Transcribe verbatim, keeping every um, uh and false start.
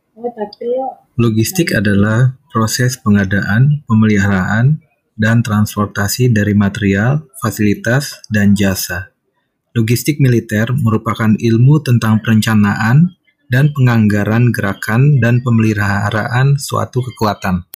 Logistik adalah proses pengadaan, pemeliharaan, dan transportasi dari material, fasilitas, dan jasa. Logistik militer merupakan ilmu tentang perencanaan dan penganggaran gerakan dan pemeliharaan suatu kekuatan.